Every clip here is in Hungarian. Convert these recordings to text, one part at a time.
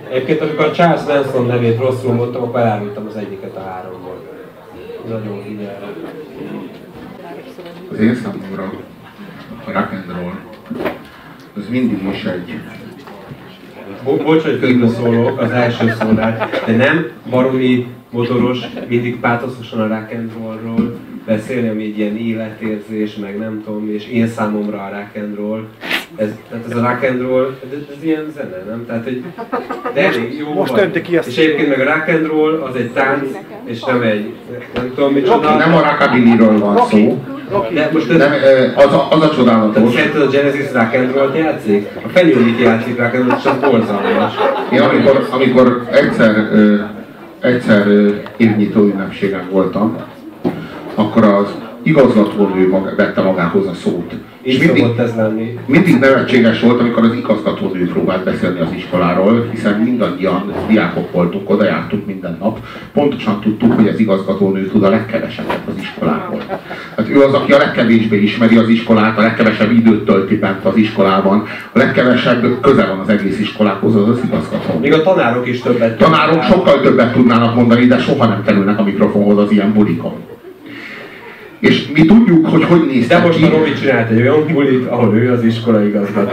Egyébként amikor a Charles Manson nevét rosszul mondtam, akkor elárultam az egyiket a háromból. Nagyon figyelme. Az én számomra a rock and roll az mindig is egy... Bocs, hogy közbeszólok az első szónál, de nem baromi motoros, mindig pátoszosan a rock and rollról beszélni, ami egy ilyen életérzés, meg nem tudom, és én számomra a rock and roll. Tehát ez a rock and roll, ez ilyen zene, nem? Tehát, hogy de elég jó most vagy. ki ezt. És egyébként meg a rock and roll az egy tánc, és nem egy, nem tudom micsoda. Nem a rockabillyről van szó. De most ez, nem, az a csodálatos. szerinted a Genesis rock and roll-t játszik? A fenyőit játszik rock and roll, és az borzalmas. Én amikor egyszer évnyitó ünnepségen voltam, akkor az igazgatónő vette magához a szót. Így szokott ez lenni. Mindig nevetséges volt, amikor az igazgatónő próbált beszélni az iskoláról, hiszen mindannyian diákok voltunk, oda jártunk minden nap. Pontosan tudtuk, hogy az igazgatónő tud a legkevesebbet az iskolából. Hát ő az, aki a legkevésbé ismeri az iskolát, a legkevesebb időt tölti bent az iskolában, a legkevesebb köze van az egész iskolához, az az igazgató. Még a tanárok is többet Tanárok sokkal többet tudnának mondani, de soha nem kerülnek a mikrofonhoz az ilyen bulikon. És mi tudjuk, hogy néztek de most ki. a Robi csinált egy olyan bulit, ahol ő az iskola igazgató.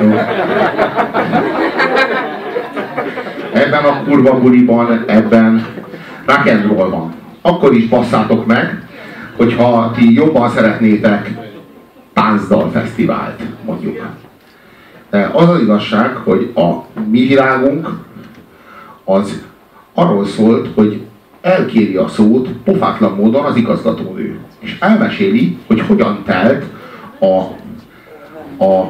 Ebben a kurva buliban, ebben rock and roll van. Akkor is basszátok meg, hogyha ti jobban szeretnétek táncdal fesztivált, mondjuk. De az az igazság, hogy a mi világunk az arról szólt, hogy elkéri a szót pofátlan módon az igazgatónő. És elmeséli, hogy hogyan telt a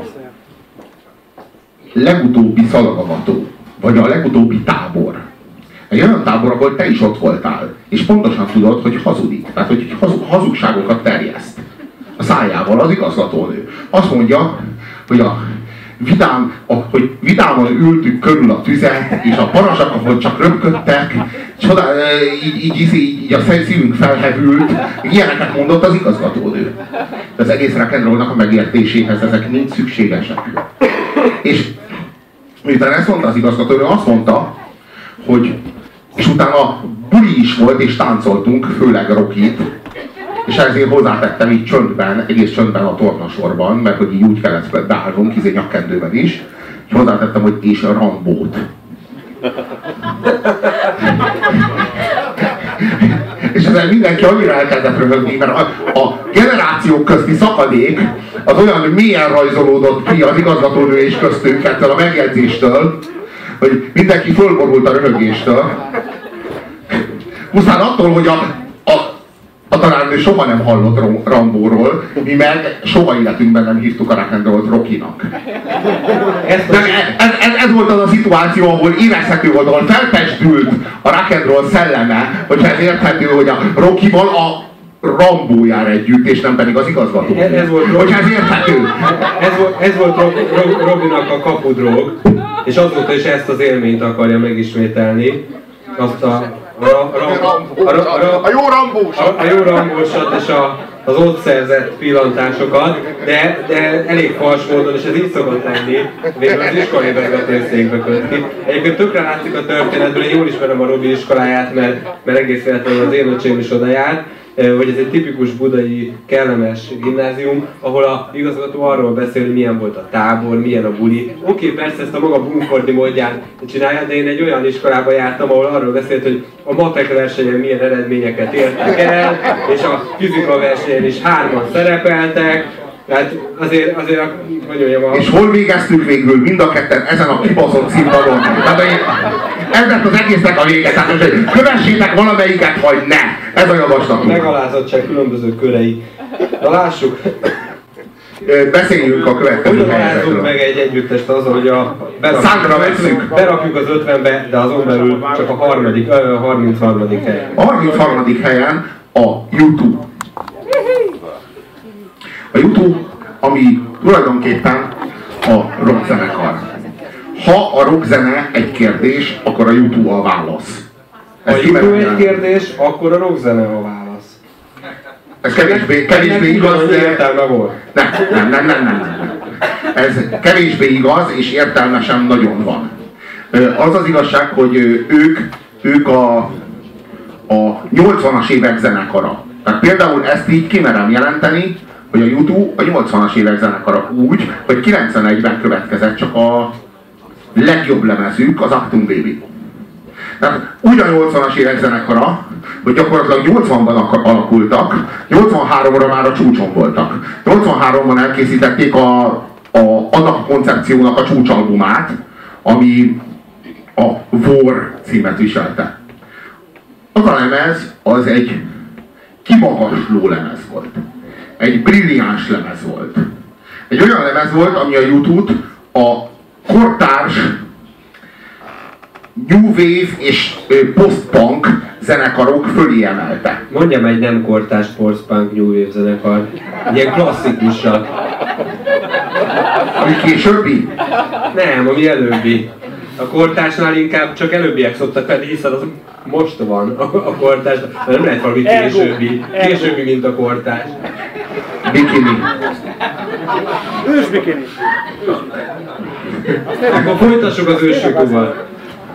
legutóbbi szalagavató, vagy a legutóbbi tábor. Egy olyan tábor, ahol te is ott voltál, és pontosan tudod, hogy hazudik, tehát hogy hazugságokat terjeszt a szájával az igazgatónő. Azt mondja, hogy hogy vidáman ültünk körül a tüzet, és a parazsakon csak röpködtek, így a szívünk felhevült, ilyeneket mondott az igazgatónő. De az egész rock and rollnak a megértéséhez ezek mind szükségesek. És miután ezt mondta az igazgatónő, azt mondta, hogy és utána buli is volt, és táncoltunk, főleg rockit, és ezért hozzátettem így csöndben, egész csöndben a tornasorban, mert hogy így úgy kellett beállnunk, nyakkendőben is, és hozzátettem, hogy és a Rambót. És ezzel mindenki annyira elkezdett röhögni, mert a generációk közti szakadék az olyan mélyen rajzolódott ki az igazgatónő és köztünk ettől a megjegyzéstől, hogy mindenki fölborult a röhögéstől. Pusztán attól, hogy a tanárnő soha nem hallott Rambóról, mi meg soha életünkben nem hívtuk a rock and rollt Rockynak. Ez volt az a szituáció, ahol érezhető volt, ahol felpesdült a rock and roll szelleme, hogyha ez érthető, hogy a Rockyval a Rambó jár együtt, és nem pedig az igazgató. Hogyha ez érthető. Ez volt Robinak a kapudrog, és azóta is ezt az élményt akarja megismételni. Azt a jó rambósat! A jó rambósat és az ott szerzett pillantásokat, de elég fals módon, és ez így szokott lenni, végül az iskolai vezetőszékbe kötni. Egyébként tökre látszik a történetből, én jól ismerem a Robi iskoláját, mert egész véletlenül az én öcsém is oda járt, hogy ez egy tipikus budai, kellemes gimnázium, ahol a igazgató arról beszél, hogy milyen volt a tábor, milyen a buli. Oké, persze ezt a maga bumfordi módján csinálja, de én egy olyan iskolába jártam, ahol arról beszélt, hogy a matek versenyen milyen eredményeket értek el, és a fizika versenyen is 3-an szerepeltek. Tehát azért hogy mondjam, és hol végeztük végül mind a ketten ezen a kibaszott színpadon? Tehát ez lett az egésznek a vége. Tehát hogy kövessétek valamelyiket, vagy ne! Ez a javaslatunk. Megalázottság különböző körei. Na lássuk! Beszéljünk a következő helyzetről. Hogyan alázunk meg egy együttest azzal, hogy berakjuk az 50-be, de azon belül csak a 33. helyen. A 33. helyen a YouTube. A YouTube, ami tulajdonképpen a rockzenekar. Ha a rockzene egy kérdés, akkor a YouTube a válasz. Ha a YouTube egy kérdés, akkor a rockzene a válasz. Ez kevésbé igaz, de... Nem. Ez kevésbé igaz, és értelme sem nagyon van. Az az igazság, hogy ők a 80-as évek zenekara. Tehát például ezt így kimerem jelenteni, hogy a YouTube a 80-as évek zenekara úgy, hogy 91-ben következett csak a legjobb lemezük, az Achtung Baby. Tehát úgy a 80-as évek zenekara, hogy gyakorlatilag 80-ban alakultak, 83-ra már a csúcson voltak. 83-ban elkészítették annak a koncepciónak a csúcsalbumát, ami a War címet viselte. Az a lemez az egy kimagasló lemez volt. Egy brilliáns lemez volt. Egy olyan lemez volt, ami a YouTube a kortárs New Wave és post-punk zenekarok fölé emelte. Mondjam egy nem kortárs post-punk New Wave zenekar. Ilyen klasszikusat. Ami későbbi? Nem, ami előbbi. A kortársnál inkább csak előbbiek szoktak venni, hiszen az most van a kortárs. Nem lehet valami későbbi, mint a kortárs. Bikini. Ős bikini. Akkor folytassuk az ősökúval.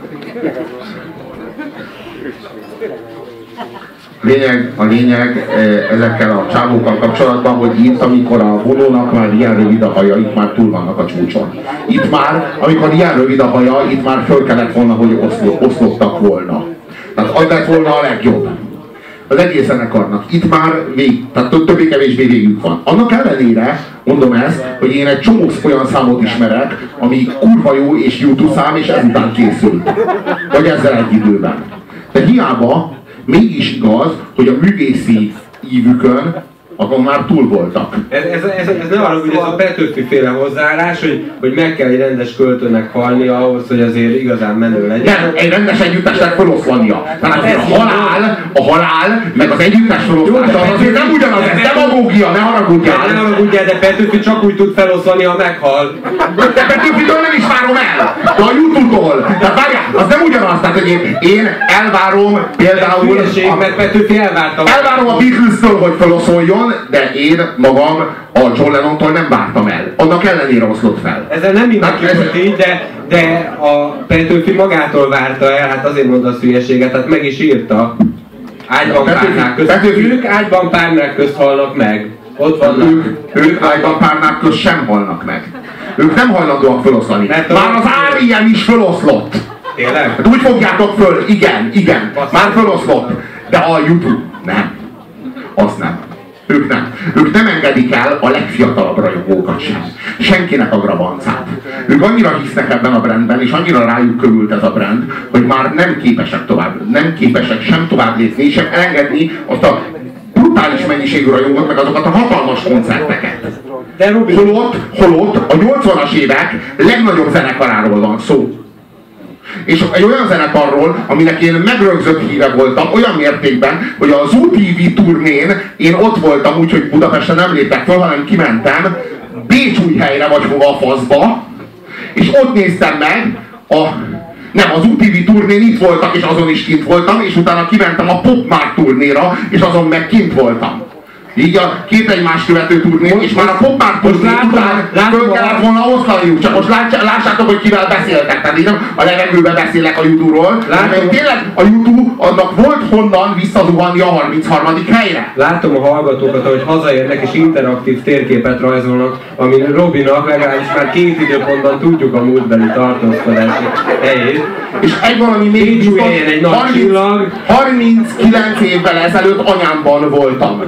A lényeg ezekkel a csávókkal kapcsolatban, hogy itt, amikor a vonónak már ilyen rövid a haja, itt már túl vannak a csúcson. Itt már, amikor ilyen rövid a haja, itt már föl kellett volna, hogy oszlottak volna. Tehát az lett volna a legjobb. Az egész zenekarnak. Itt már tehát többé-kevésbé végük van. Annak ellenére, mondom ezt, hogy én egy csomó olyan számot ismerek, ami kurva jó és YouTube szám, és ezután készült. Vagy ezzel egy időben. De hiába mégis igaz, hogy a művészi ívükön azon már túl voltak. Ez nem arra, hogy ez a Petőfi-féle hozzáállás, hogy meg kell egy rendes költőnek halnia ahhoz, hogy azért igazán menő legyen. Nem, egy rendes együttesnek feloszlania. Tehát a halál, meg az együttes feloszlása, az azért nem ugyanaz, ez demagógia, ne haragudjál. Ne haragudjál, de Petőfi csak úgy tud feloszlani, ha meghal. De Petőfitől nem is várom el, de a YouTube-tól. Tehát várjál, az nem ugyanaz, tehát hogy én elvárom például... Hülyeség, mert Petőfi elvárta. Elvárom a Beatles-től, hogy feloszoljon, de én magam a John Lennontól nem vártam el. Annak ellenére oszlott fel. Ezzel nem mindenki volt így, de a Petőfi magától várta el, hát azért mondasz hülyeséget, hát meg is írta. Ágyban párnák közt. Ők ágyban párnák közt halnak meg. Ott vannak. Ők ágyban párnák közt sem halnak meg. Ők nem hajlandóak feloszlani. Már az R.E.M. is feloszlott. Tényleg? Hát úgy fogjátok föl, igen. Már feloszlott. De a YouTube nem. Azt nem. Ők nem engedik el a legfiatalabb rajongókat sem. Senkinek a grabancát. Ők annyira hisznek ebben a brandben, és annyira rájuk körült ez a brand, hogy már nem képesek sem tovább lépni, sem elengedni azt a brutális mennyiségű rajongót, meg azokat a hatalmas koncerteket. Holott a 80-as évek legnagyobb zenekaráról van szó. És egy olyan zenekarról, aminek én megrögzött híve voltam, olyan mértékben, hogy az UTV turnén én ott voltam úgy, hogy Budapesten nem léptek fel, hanem kimentem Bécsújhelyre vagy hova a faszba, és ott néztem meg az UTV turnén itt voltak, és azon is kint voltam, és utána kimentem a Pop Mart turnéra, és azon meg kint voltam. Így a két egymást követő turnén, és már a Pop Mart turné után föl kellett volna oszlaniuk. Csak most lássátok, hogy kivel beszéltek. Tehát én nem a levegőben beszélek a YouTube-ról, hanem tényleg a YouTube annak volt honnan visszazuhanni a 33. helyre. Látom a hallgatókat, hogy hazaérnek és interaktív térképet rajzolnak, amin Robinak legalábbis már két időpontban tudjuk a múltbeli tartózkodási helyét. És egy valami még biztos, egy nagy csillag. 39 évvel ezelőtt anyámban voltam.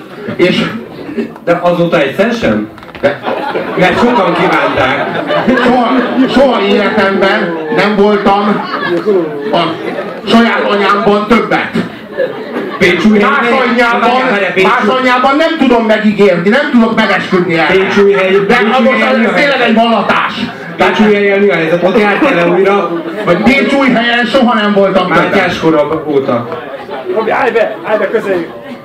De azóta egyszer sem? Mert sokan kívánták. Soha életemben nem voltam a saját anyámban többet. Más anyában nem tudom megígérni, nem tudok megesküdni el. De ez tényleg egy vallatás. Pécsújhelyen mi a helyzet? Ott jártál el újra? Pécsújhelyen soha nem voltam többet. Mátyás korab óta. Robi, állj be közeljük.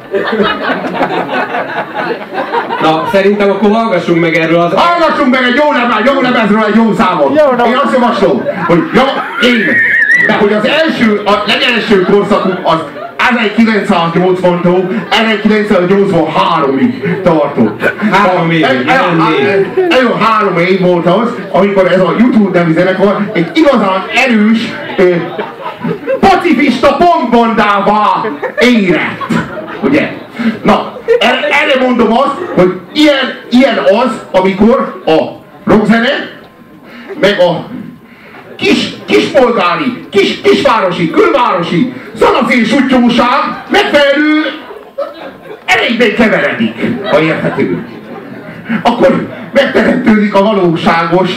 Na, szerintem akkor hallgassunk meg erről az... Hallgassunk meg egy jó lemezről egy jó számot. Én azt javaslom, hogy hogy az első, a legelső korszakuk az 1980-tól 1983-ig tartott. 3 évig, Ez 3 év volt az, amikor ez a YouTube nevű zenekar egy igazán erős pacifista punkbandává érett. Ugye? Na, erre mondom azt, hogy ilyen az, amikor a rockzene, meg a kispolgári, kisvárosi, külvárosi, szanaszénsuttyóság megfelelő erejében keveredik, ha érthető. Akkor megteremtődik a valóságos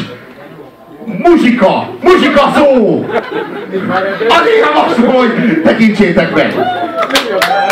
muzsika szó! Azért nem azt mondom, hogy tekintsétek meg!